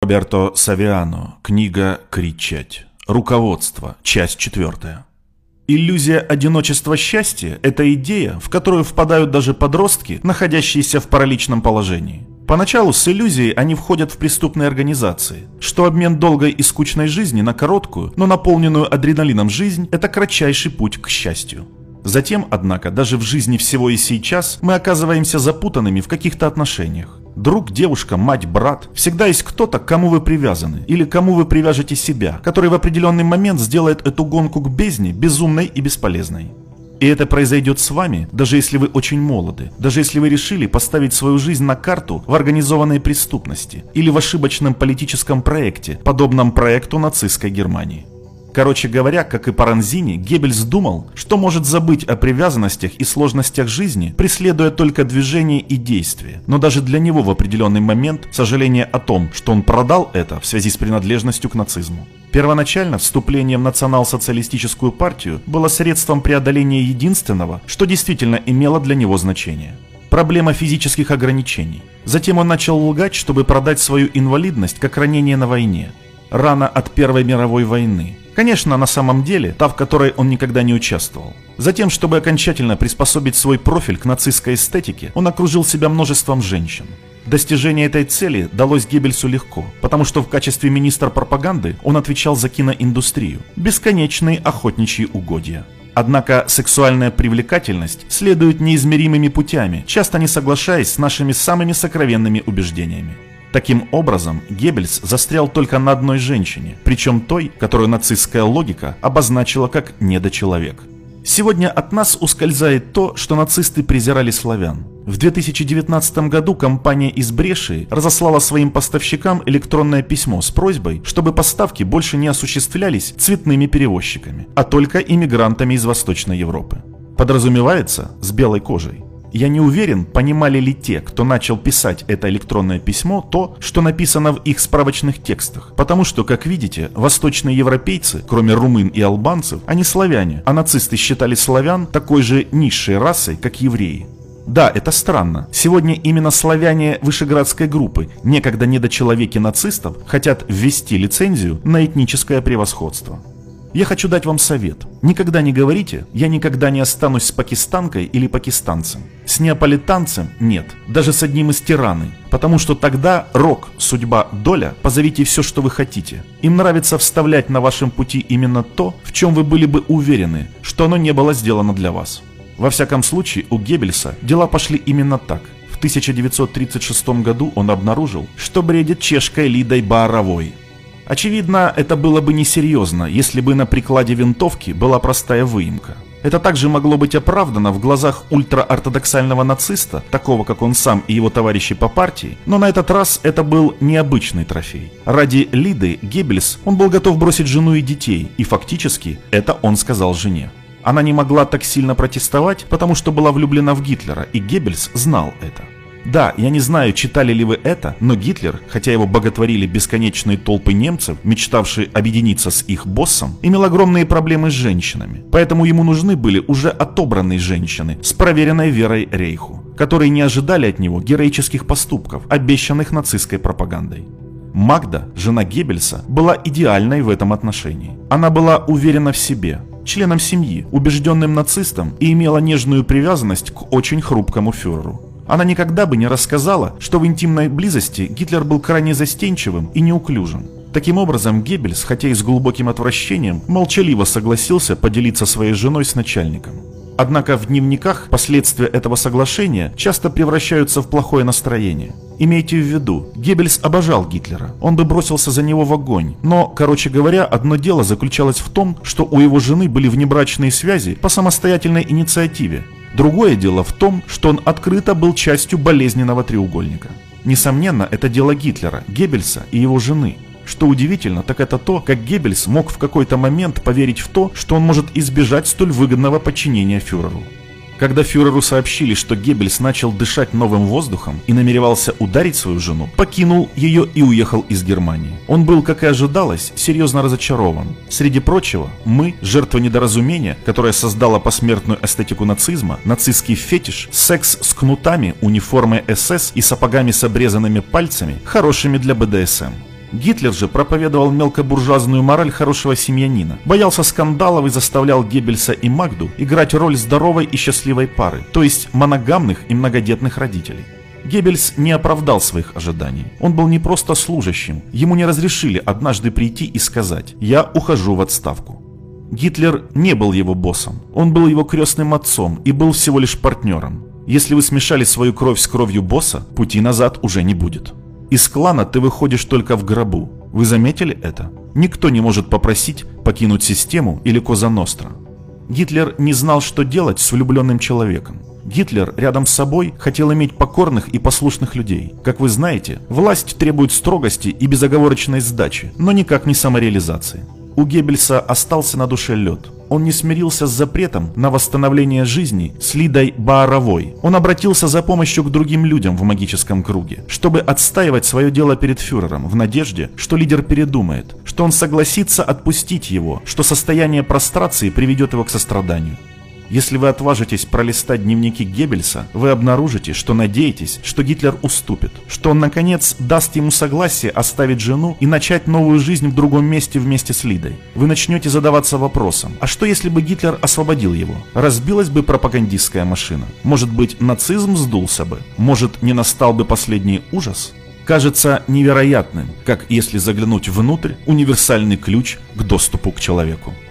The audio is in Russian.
Роберто Савиано. Книга «Кричать». Руководство. Часть 4. Иллюзия одиночества счастья – это идея, в которую впадают даже подростки, находящиеся в параличном положении. Поначалу с иллюзией они входят в преступные организации, что обмен долгой и скучной жизни на короткую, но наполненную адреналином жизнь – это кратчайший путь к счастью. Затем, однако, даже в жизни всего и сейчас мы оказываемся запутанными в каких-то отношениях. Друг, девушка, мать, брат. Всегда есть кто-то, к кому вы привязаны, или кому вы привяжете себя, который в определенный момент сделает эту гонку к бездне безумной и бесполезной. И это произойдет с вами, даже если вы очень молоды, даже если вы решили поставить свою жизнь на карту в организованной преступности или в ошибочном политическом проекте, подобном проекту нацистской Германии. Короче говоря, как и Паранзини, Геббельс думал, что может забыть о привязанностях и сложностях жизни, преследуя только движение и действие. Но даже для него в определенный момент сожаление о том, что он продал это в связи с принадлежностью к нацизму. Первоначально вступление в национал-социалистическую партию было средством преодоления единственного, что действительно имело для него значение. Проблема физических ограничений. Затем он начал лгать, чтобы продать свою инвалидность как ранение на войне. Рана от Первой мировой войны. Конечно, на самом деле, та, в которой он никогда не участвовал. Затем, чтобы окончательно приспособить свой профиль к нацистской эстетике, он окружил себя множеством женщин. Достижение этой цели далось Геббельсу легко, потому что в качестве министра пропаганды он отвечал за киноиндустрию, бесконечные охотничьи угодья. Однако сексуальная привлекательность следует неизмеримыми путями, часто не соглашаясь с нашими самыми сокровенными убеждениями. Таким образом, Геббельс застрял только на одной женщине, причем той, которую нацистская логика обозначила как недочеловек. Сегодня от нас ускользает то, что нацисты презирали славян. В 2019 году компания из Брешии разослала своим поставщикам электронное письмо с просьбой, чтобы поставки больше не осуществлялись цветными перевозчиками, а только иммигрантами из Восточной Европы. Подразумевается, с белой кожей. Я не уверен, понимали ли те, кто начал писать это электронное письмо, то, что написано в их справочных текстах. Потому что, как видите, восточные европейцы, кроме румын и албанцев, они славяне, а нацисты считали славян такой же низшей расой, как евреи. Да, это странно. Сегодня именно славяне Вышеградской группы, некогда недочеловеки нацистов, хотят ввести лицензию на этническое превосходство. Я хочу дать вам совет. Никогда не говорите «я никогда не останусь с пакистанкой или пакистанцем». С неаполитанцем нет, даже с одним из тираны. Потому что тогда рок, судьба, доля, позовите все, что вы хотите. Им нравится вставлять на вашем пути именно то, в чем вы были бы уверены, что оно не было сделано для вас. Во всяком случае, у Геббельса дела пошли именно так. В 1936 году он обнаружил, что бредит чешкой Лидой Бааровой. Очевидно, это было бы несерьезно, если бы на прикладе винтовки была простая выемка. Это также могло быть оправдано в глазах ультраортодоксального нациста, такого как он сам и его товарищи по партии, но на этот раз это был необычный трофей. Ради Лиды Геббельс он был готов бросить жену и детей, и фактически это он сказал жене. Она не могла так сильно протестовать, потому что была влюблена в Гитлера, и Геббельс знал это. Да, я не знаю, читали ли вы это, но Гитлер, хотя его боготворили бесконечные толпы немцев, мечтавшие объединиться с их боссом, имел огромные проблемы с женщинами. Поэтому ему нужны были уже отобранные женщины с проверенной верой Рейху, которые не ожидали от него героических поступков, обещанных нацистской пропагандой. Магда, жена Геббельса, была идеальной в этом отношении. Она была уверена в себе, членом семьи, убежденным нацистом и имела нежную привязанность к очень хрупкому фюреру. Она никогда бы не рассказала, что в интимной близости Гитлер был крайне застенчивым и неуклюжим. Таким образом, Геббельс, хотя и с глубоким отвращением, молчаливо согласился поделиться своей женой с начальником. Однако в дневниках последствия этого соглашения часто превращаются в плохое настроение. Имейте в виду, Геббельс обожал Гитлера, он бы бросился за него в огонь. Но, короче говоря, одно дело заключалось в том, что у его жены были внебрачные связи по самостоятельной инициативе. Другое дело в том, что он открыто был частью болезненного треугольника. Несомненно, это дело Гитлера, Геббельса и его жены. Что удивительно, так это то, как Геббельс мог в какой-то момент поверить в то, что он может избежать столь выгодного подчинения фюреру. Когда фюреру сообщили, что Геббельс начал дышать новым воздухом и намеревался ударить свою жену, покинул ее и уехал из Германии. Он был, как и ожидалось, серьезно разочарован. Среди прочего, мы, жертвы недоразумения, которое создало посмертную эстетику нацизма, нацистский фетиш, секс с кнутами, униформой СС и сапогами с обрезанными пальцами, хорошими для БДСМ. Гитлер же проповедовал мелкобуржуазную мораль хорошего семьянина, боялся скандалов и заставлял Геббельса и Магду играть роль здоровой и счастливой пары, то есть моногамных и многодетных родителей. Геббельс не оправдал своих ожиданий. Он был не просто служащим, ему не разрешили однажды прийти и сказать «я ухожу в отставку». Гитлер не был его боссом, он был его крестным отцом и был всего лишь партнером. Если вы смешали свою кровь с кровью босса, пути назад уже не будет. Из клана ты выходишь только в гробу. Вы заметили это? Никто не может попросить покинуть систему или Коза Ностра. Гитлер не знал, что делать с влюбленным человеком. Гитлер рядом с собой хотел иметь покорных и послушных людей. Как вы знаете, власть требует строгости и безоговорочной сдачи, но никак не самореализации. У Геббельса остался на душе лед. Он не смирился с запретом на восстановление жизни с Лидой Бааровой. Он обратился за помощью к другим людям в магическом круге, чтобы отстаивать свое дело перед фюрером, в надежде, что лидер передумает, что он согласится отпустить его, что состояние прострации приведет его к состраданию. Если вы отважитесь пролистать дневники Геббельса, вы обнаружите, что надеетесь, что Гитлер уступит, что он наконец даст ему согласие оставить жену и начать новую жизнь в другом месте вместе с Лидой. Вы начнете задаваться вопросом, а что если бы Гитлер освободил его? Разбилась бы пропагандистская машина? Может быть, нацизм сдулся бы? Может, не настал бы последний ужас? Кажется невероятным, как если заглянуть внутрь универсальный ключ к доступу к человеку.